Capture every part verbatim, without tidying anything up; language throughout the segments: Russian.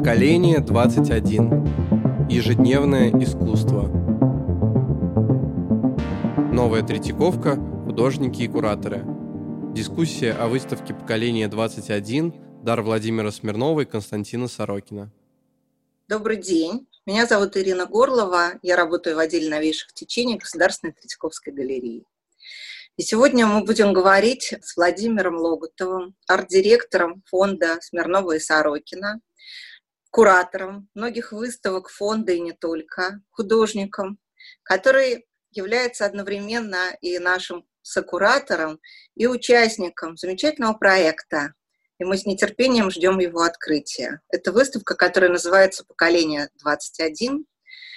Поколение двадцать один. Ежедневное искусство. Новая Третьяковка. Художники и кураторы. Дискуссия о выставке «Поколение двадцать один». Дар Владимира Смирнова и Константина Сорокина. Добрый день. Меня зовут Ирина Горлова. Я работаю в отделе новейших течений Государственной Третьяковской галереи. И сегодня мы будем говорить с Владимиром Логутовым, арт-директором фонда Смирнова и Сорокина, куратором многих выставок фонда и не только, художником, который является одновременно и нашим сокуратором, и участником замечательного проекта. И мы с нетерпением ждем его открытия. Это выставка, которая называется «Поколение двадцать один».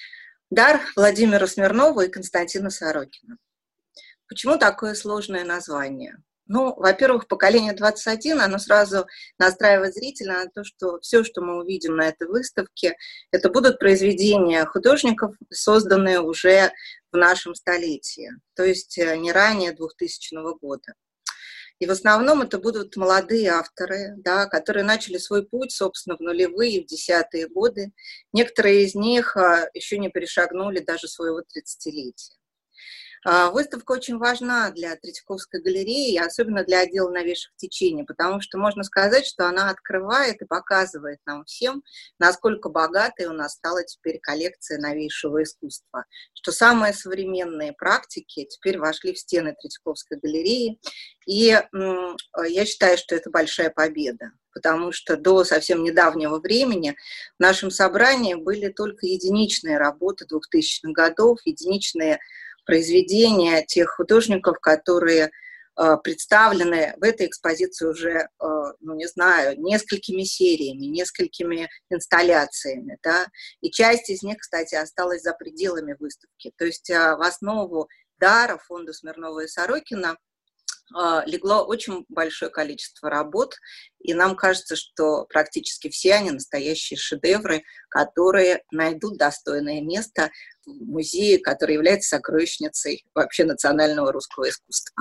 Дар Владимира Смирнова и Константина Сорокина. Почему такое сложное название? Ну, во-первых, «Поколение двадцать один», оно сразу настраивает зрителя на то, что все, что мы увидим на этой выставке, это будут произведения художников, созданные уже в нашем столетии, то есть не ранее двухтысячного года. И в основном это будут молодые авторы, да, которые начали свой путь, собственно, в нулевые, в десятые годы. Некоторые из них еще не перешагнули даже своего тридцатилетия. Выставка очень важна для Третьяковской галереи, особенно для отдела новейших течений, потому что можно сказать, что она открывает и показывает нам всем, насколько богатой у нас стала теперь коллекция новейшего искусства, что самые современные практики теперь вошли в стены Третьяковской галереи, и м, я считаю, что это большая победа, потому что до совсем недавнего времени в нашем собрании были только единичные работы двухтысячных годов, единичные произведения тех художников, которые э, представлены в этой экспозиции уже, э, ну не знаю, несколькими сериями, несколькими инсталляциями, да, и часть из них, кстати, осталась за пределами выставки. То есть э, в основу дара фонда Смирнова и Сорокина э, легло очень большое количество работ, и нам кажется, что практически все они настоящие шедевры, которые найдут достойное место в музее, который является сокровищницей вообще национального русского искусства.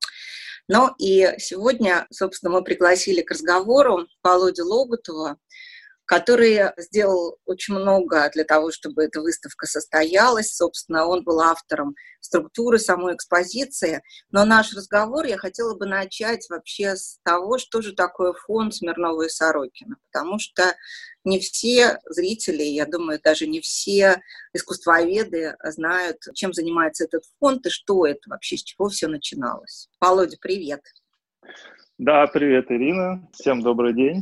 Ну и сегодня, собственно, мы пригласили к разговору Володю Логутова, который сделал очень много для того, чтобы эта выставка состоялась. Собственно, он был автором структуры самой экспозиции. Но наш разговор я хотела бы начать вообще с того, что же такое фонд Смирнова и Сорокина. Потому что не все зрители, я думаю, даже не все искусствоведы знают, чем занимается этот фонд и что это вообще, с чего все начиналось. Володя, привет. Да, привет, Ирина. Всем добрый день.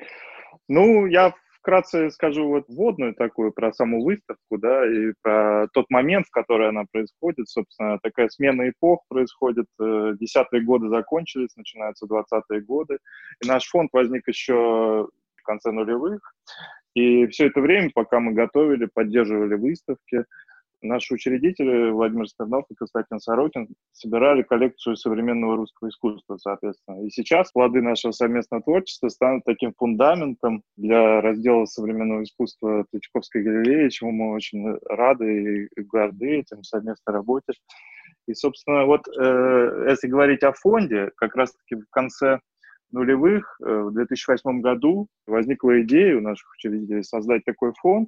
Ну, я вкратце скажу вот вводную такую про саму выставку, да, и про тот момент, в который она происходит. Собственно, такая смена эпох происходит. Десятые годы закончились, начинаются двадцатые годы. И наш фонд возник еще в конце нулевых. И все это время, пока мы готовили, поддерживали выставки, наши учредители Владимир Смирнов и Константин Сорокин собирали коллекцию современного русского искусства, соответственно. И сейчас плоды нашего совместного творчества станут таким фундаментом для раздела современного искусства Третьяковской галереи, чему мы очень рады и горды этим совместной работе. И, собственно, вот э, если говорить о фонде, как раз-таки в конце нулевых, э, в две тысячи восьмом году возникла идея у наших учредителей создать такой фонд.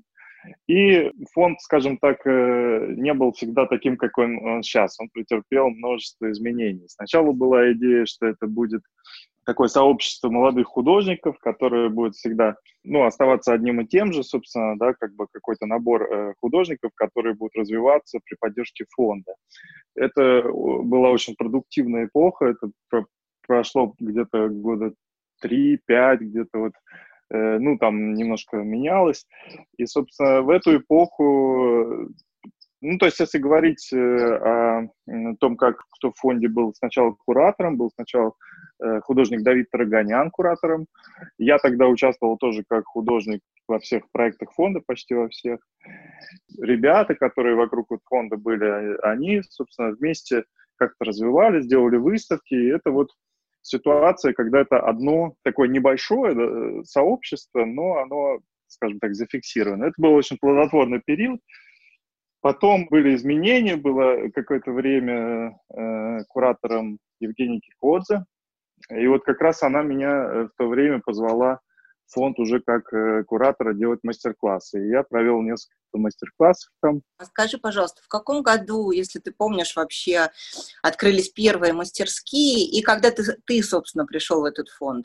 И фонд, скажем так, не был всегда таким, какой он сейчас. Он претерпел множество изменений. Сначала была идея, что это будет такое сообщество молодых художников, которое будет всегда, ну, оставаться одним и тем же, собственно, да, как бы какой-то набор э, художников, которые будут развиваться при поддержке фонда. Это была очень продуктивная эпоха. Это про- прошло где-то года три-пять, где-то вот. Ну, там немножко менялось. И, собственно, в эту эпоху, ну, то есть, если говорить о том, как кто в фонде был сначала куратором, был сначала художник Давид Тараганян куратором. Я тогда участвовал тоже как художник во всех проектах фонда, почти во всех. Ребята, которые вокруг фонда были, они, собственно, вместе как-то развивались, делали выставки, и это вот ситуация, когда это одно такое небольшое да, сообщество, но оно, скажем так, зафиксировано. Это был очень плодотворный период. Потом были изменения, было какое-то время э, куратором Евгений Кикодзе. И вот как раз она меня в то время позвала фонд уже как э, куратора делать мастер-классы. И я провел несколько мастер-классов там. А скажи, пожалуйста, в каком году, если ты помнишь, вообще открылись первые мастерские, и когда ты, ты собственно, пришел в этот фонд?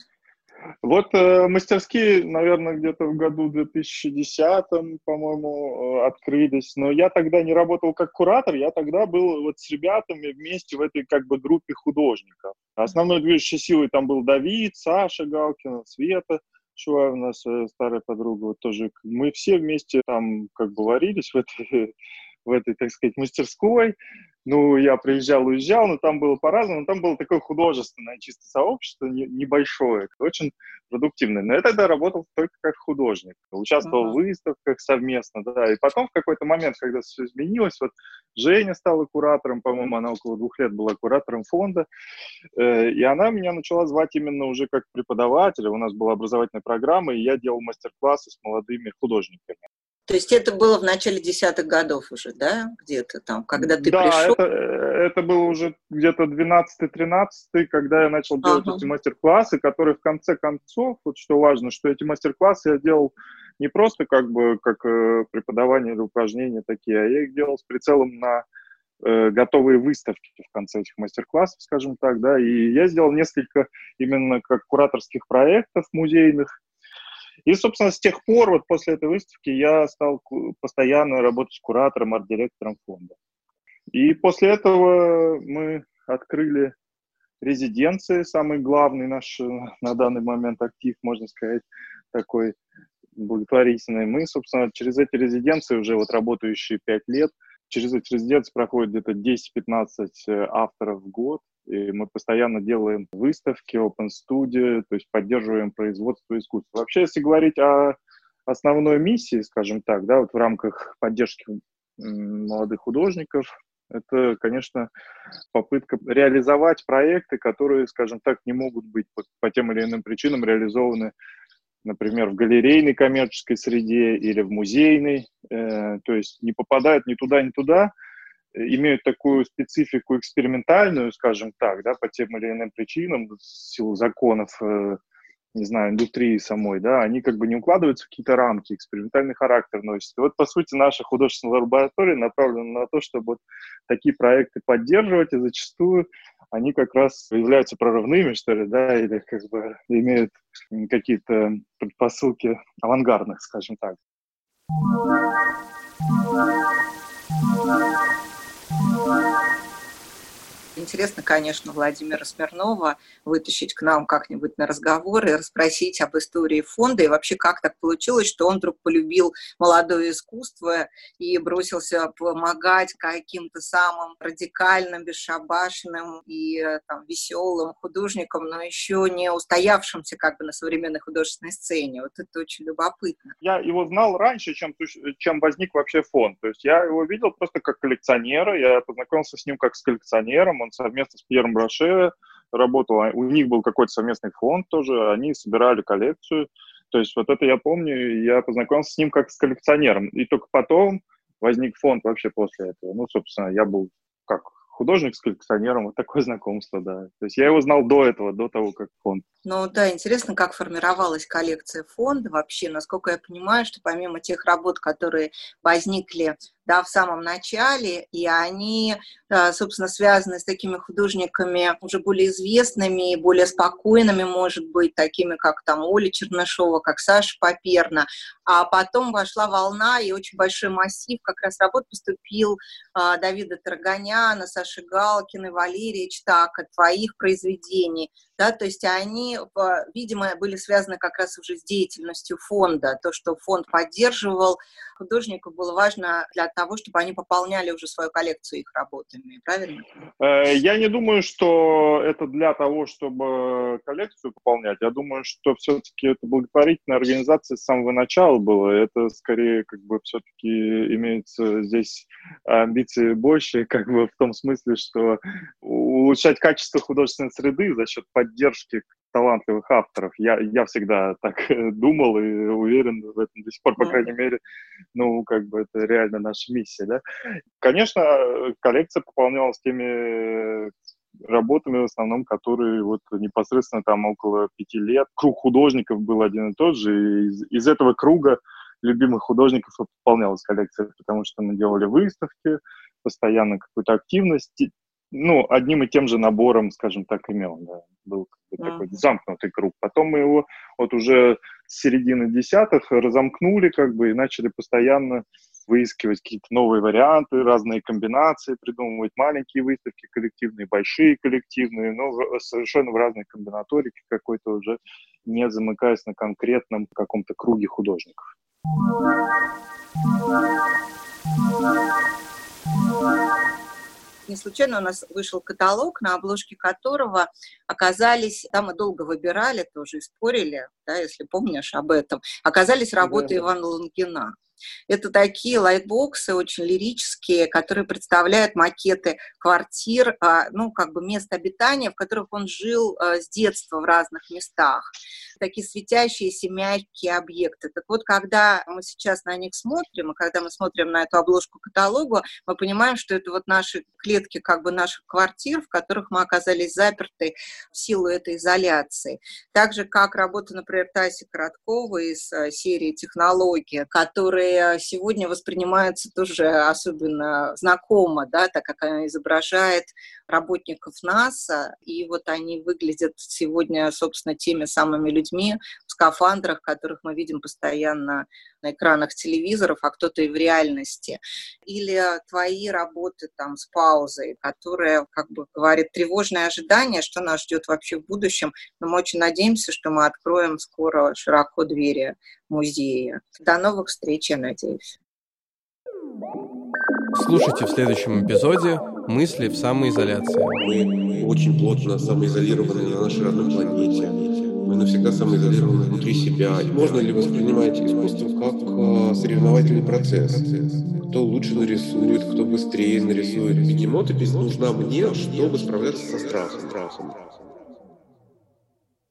Вот э, мастерские, наверное, где-то в году две тысячи десятом, по-моему, э, открылись. Но я тогда не работал как куратор, я тогда был вот с ребятами вместе в этой как бы группе художников. Основной движущей силой там был Давид, Саша Галкина, Света Шуаева, наша старая подруга. Вот тоже мы все вместе там как бы варились в этой, в этой, так сказать, мастерской. Ну, я приезжал, уезжал, но там было по-разному. Но там было такое художественное чисто сообщество, не, небольшое, очень продуктивное. Но я тогда работал только как художник. Участвовал uh-huh. в выставках совместно, да. И потом в какой-то момент, когда все изменилось, вот Женя стала куратором, по-моему, она около двух лет была куратором фонда. Э, и она меня начала звать именно уже как преподавателя. У нас была образовательная программа, и я делал мастер-классы с молодыми художниками. То есть это было в начале десятых годов уже, да, где-то там, когда ты да, пришел? Да, это, это было уже где-то двенадцатый-тринадцатый, когда я начал делать ага. эти мастер-классы, которые в конце концов, вот что важно, что эти мастер-классы я делал не просто как бы как э, преподавание или упражнения такие, а я их делал с прицелом на э, готовые выставки в конце этих мастер-классов, скажем так, да, и я сделал несколько именно как кураторских проектов музейных. И, собственно, с тех пор, вот после этой выставки, я стал постоянно работать куратором, арт-директором фонда. И после этого мы открыли резиденции, самый главный наш на данный момент актив, можно сказать, такой благотворительный. Мы, собственно, через эти резиденции, уже вот работающие пять лет, через эти резиденции проходит где-то десять-пятнадцать авторов в год. И мы постоянно делаем выставки, open studio, то есть поддерживаем производство искусства. Вообще, если говорить о основной миссии, скажем так, да, вот в рамках поддержки молодых художников, это, конечно, попытка реализовать проекты, которые, скажем так, не могут быть по, по тем или иным причинам реализованы, например, в галерейной коммерческой среде или в музейной, э, то есть не попадают ни туда, ни туда, имеют такую специфику экспериментальную, скажем так, да, по тем или иным причинам, в силу законов, э, не знаю, индустрии самой, да, они как бы не укладываются в какие-то рамки, экспериментальный характер носят. И вот, по сути, наша художественная лаборатория направлена на то, чтобы вот такие проекты поддерживать, и зачастую они как раз являются прорывными, что ли, да, или как бы имеют какие-то предпосылки авангардных, скажем так. Интересно, конечно, Владимира Смирнова вытащить к нам как-нибудь на разговор и расспросить об истории фонда и вообще как так получилось, что он вдруг полюбил молодое искусство и бросился помогать каким-то самым радикальным, бесшабашным и там, веселым художникам, но еще не устоявшимся как бы на современной художественной сцене. Вот это очень любопытно. Я его знал раньше, чем, чем возник вообще фонд. То есть я его видел просто как коллекционера, я познакомился с ним как с коллекционером. Он совместно с Пьером Броше работал, у них был какой-то совместный фонд тоже, они собирали коллекцию. То есть вот это я помню, я познакомился с ним как с коллекционером. И только потом возник фонд вообще после этого. Ну, собственно, я был как художник с коллекционером, вот такое знакомство, да. То есть я его знал до этого, до того, как фонд. Ну да, интересно, как формировалась коллекция фонда вообще. Насколько я понимаю, что помимо тех работ, которые возникли да, в самом начале, и они, собственно, связаны с такими художниками уже более известными, более спокойными, может быть, такими, как там Оля Чернышова, как Саша Поперна. А потом вошла волна, и очень большой массив как раз работ поступил а, Давида Тарганяна, Саши Галкиной, Валерия Чтака, твоих произведений. Да, то есть они, видимо, были связаны как раз уже с деятельностью фонда. То, что фонд поддерживал художников, было важно для того, чтобы они пополняли уже свою коллекцию их работами. Правильно? Я не думаю, что это для того, чтобы коллекцию пополнять. Я думаю, что все-таки это благотворительная организация с самого начала была. Это скорее как бы все-таки имеется здесь амбиции больше, как бы в том смысле, что улучшать качество художественной среды за счет поддержки талантливых авторов. Я, я всегда так думал и уверен в этом до сих пор, по крайней мере, ну, как бы это реально наша миссия, да. Конечно, коллекция пополнялась теми работами в основном, которые вот непосредственно там около пяти лет. Круг художников был один и тот же, и из, из этого круга любимых художников пополнялась коллекция, потому что мы делали выставки, постоянно какую-то активность, ну, одним и тем же набором, скажем так, имен, да, был как бы такой замкнутый круг. Потом мы его вот уже с середины десятых разомкнули как бы и начали постоянно выискивать какие-то новые варианты, разные комбинации, придумывать маленькие выставки коллективные, большие коллективные, но совершенно в разной комбинаторике какой-то, уже не замыкаясь на конкретном каком-то круге художников. Не случайно у нас вышел каталог, на обложке которого оказались, там мы долго выбирали, тоже и спорили, да, если помнишь об этом, оказались работы да. Ивана Лунгина. Это такие лайтбоксы очень лирические, которые представляют макеты квартир, ну, как бы мест обитания, в которых он жил с детства в разных местах. Такие светящиеся мягкие объекты. Так вот, когда мы сейчас на них смотрим, и когда мы смотрим на эту обложку каталога, мы понимаем, что это вот наши клетки, как бы наших квартир, в которых мы оказались заперты в силу этой изоляции. Так же, как работа, например, Таси Коротковой из серии «Технология», которые сегодня воспринимаются тоже особенно знакомо, да, так как она изображает работников НАСА, и вот они выглядят сегодня, собственно, теми самыми людьми в скафандрах, которых мы видим постоянно на экранах телевизоров, а кто-то и в реальности. Или твои работы там с паузой, которая, как бы говорит, тревожное ожидание, что нас ждет вообще в будущем. Но мы очень надеемся, что мы откроем скоро широко двери музея. До новых встреч, я надеюсь. Слушайте в следующем эпизоде «Мысли в самоизоляции». Мы очень плотно самоизолированы на нашей родной планете. Мы навсегда самоизолированы внутри себя. Можно ли воспринимать искусство как соревновательный процесс? Кто лучше нарисует, кто быстрее нарисует. Бегемотопись нужна мне, чтобы справляться со страхом.